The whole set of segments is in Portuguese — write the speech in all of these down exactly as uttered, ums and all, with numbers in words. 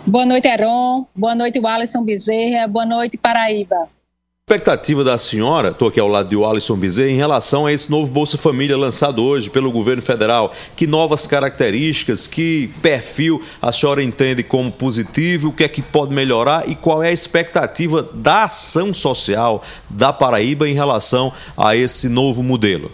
Boa noite, Heron. Boa noite, Alisson Bezerra. Boa noite, Paraíba. Expectativa da senhora, estou aqui ao lado de Alisson Bezerra, em relação a esse novo Bolsa Família lançado hoje pelo governo federal. Que novas características, que perfil a senhora entende como positivo, o que é que pode melhorar e qual é a expectativa da ação social da Paraíba em relação a esse novo modelo?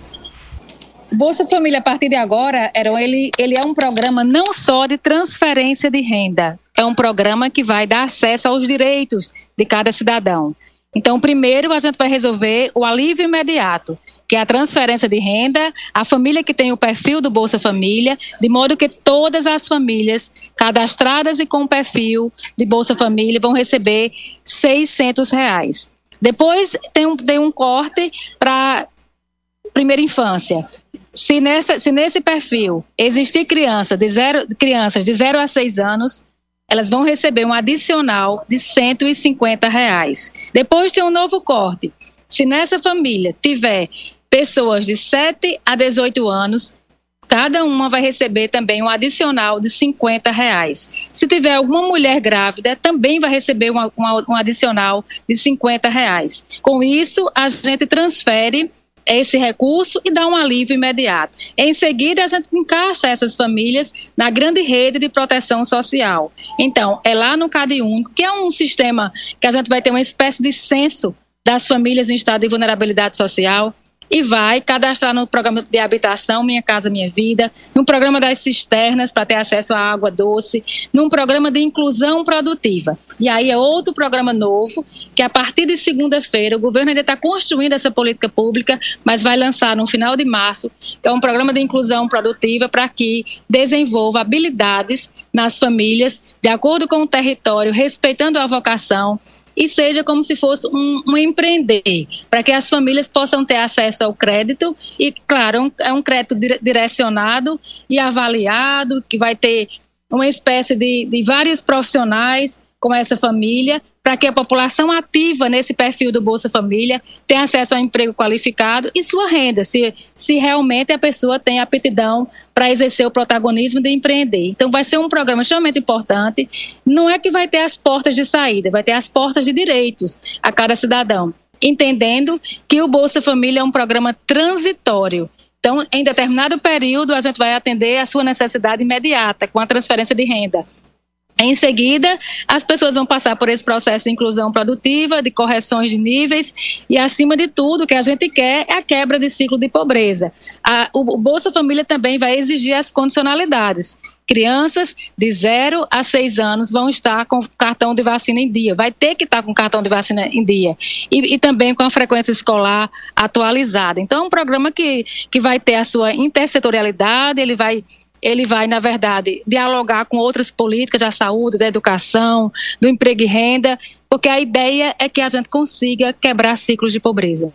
Bolsa Família, a partir de agora, Heron, ele, ele é um programa não só de transferência de renda, é um programa que vai dar acesso aos direitos de cada cidadão. Então, primeiro, a gente vai resolver o alívio imediato, que é a transferência de renda, a família que tem o perfil do Bolsa Família, de modo que todas as famílias cadastradas e com perfil de Bolsa Família vão receber seiscentos reais. Depois, tem um, tem um corte para primeira infância. Se, nessa, se nesse perfil existir criança de zero, crianças de zero a seis anos, elas vão receber um adicional de cento e cinquenta reais. Depois tem um novo corte. Se nessa família tiver pessoas de sete a dezoito anos, cada uma vai receber também um adicional de cinquenta reais. Se tiver alguma mulher grávida, também vai receber uma, uma, um adicional de cinquenta reais. Com isso, a gente transfere esse recurso e dá um alívio imediato. Em seguida, a gente encaixa essas famílias na grande rede de proteção social. Então, é lá no Cade Único, que é um sistema que a gente vai ter uma espécie de censo das famílias em estado de vulnerabilidade social, e vai cadastrar no programa de habitação Minha Casa Minha Vida, no programa das cisternas para ter acesso à água doce, num programa de inclusão produtiva. E aí é outro programa novo, que a partir de segunda-feira o governo ainda está construindo essa política pública, mas vai lançar no final de março, que é um programa de inclusão produtiva para que desenvolva habilidades nas famílias, de acordo com o território, respeitando a vocação, e seja como se fosse um, um empreender, para que as famílias possam ter acesso ao crédito e, claro, um, é um crédito dire, direcionado e avaliado, que vai ter uma espécie de, de vários profissionais com essa família, para que a população ativa nesse perfil do Bolsa Família tenha acesso ao emprego qualificado e sua renda, se, se realmente a pessoa tem aptidão para exercer o protagonismo de empreender. Então vai ser um programa extremamente importante, não é que vai ter as portas de saída, vai ter as portas de direitos a cada cidadão, entendendo que o Bolsa Família é um programa transitório. Então, em determinado período, a gente vai atender a sua necessidade imediata com a transferência de renda. Em seguida, as pessoas vão passar por esse processo de inclusão produtiva, de correções de níveis e, acima de tudo, o que a gente quer é a quebra de ciclo de pobreza. A, o, o Bolsa Família também vai exigir as condicionalidades. Crianças de zero a seis anos vão estar com cartão de vacina em dia, vai ter que estar com cartão de vacina em dia e, e também com a frequência escolar atualizada. Então, é um programa que, que vai ter a sua intersetorialidade, ele vai... ele vai, na verdade, dialogar com outras políticas da saúde, da educação, do emprego e renda, porque a ideia é que a gente consiga quebrar ciclos de pobreza.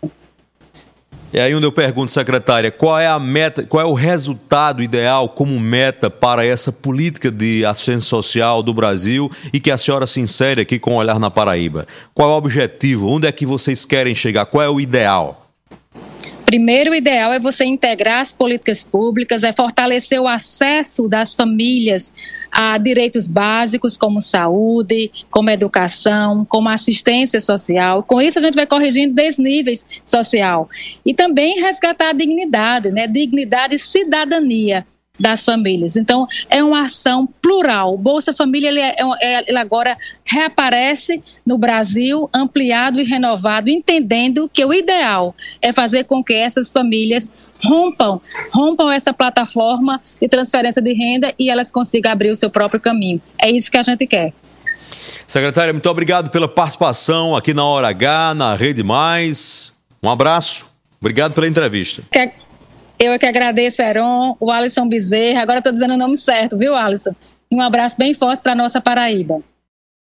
E aí onde eu pergunto, secretária, qual é a meta, qual é o resultado ideal como meta para essa política de assistência social do Brasil e que a senhora se insere aqui com o Olhar na Paraíba? Qual é o objetivo? Onde é que vocês querem chegar? Qual é o ideal? Primeiro, o ideal é você integrar as políticas públicas, é fortalecer o acesso das famílias a direitos básicos como saúde, como educação, como assistência social. Com isso, a gente vai corrigindo desníveis social. E também resgatar a dignidade, né? Dignidade e cidadania das famílias. Então, é uma ação plural. O Bolsa Família, ele, é, é, ele agora reaparece no Brasil, ampliado e renovado, entendendo que o ideal é fazer com que essas famílias rompam, rompam essa plataforma de transferência de renda e elas consigam abrir o seu próprio caminho. É isso que a gente quer. Secretária, muito obrigado pela participação aqui na Hora H, na Rede Mais. Um abraço. Obrigado pela entrevista. Quer... Eu é que agradeço, Heron, o Alisson Bezerra. Agora estou dizendo o nome certo, viu, Alisson? E um abraço bem forte para a nossa Paraíba.